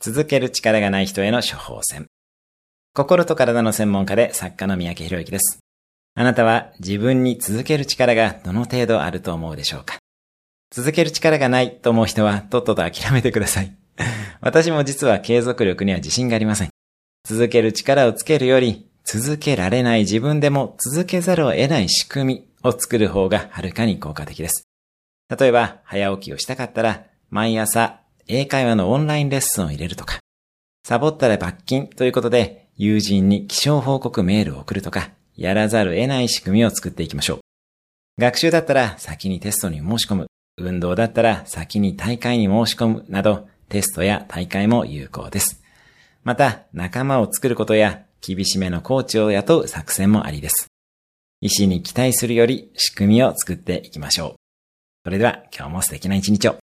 続ける力がない人への処方箋。心と体の専門家で作家の三宅宏之です。あなたは自分に続ける力がどの程度あると思うでしょうか？続ける力がないと思う人はとっとと諦めてください。私も実は継続力には自信がありません。続ける力をつけるより、続けられない自分でも続けざるを得ない仕組みを作る方がはるかに効果的です。例えば、早起きをしたかったら、毎朝英会話のオンラインレッスンを入れるとか、サボったら罰金ということで、友人に気象報告メールを送るとか、やらざるを得ない仕組みを作っていきましょう。学習だったら先にテストに申し込む。運動だったら先に大会に申し込むなど、テストや大会も有効です。また、仲間を作ることや、厳しめのコーチを雇う作戦もありです。意志に期待するより仕組みを作っていきましょう。それでは今日も素敵な一日を。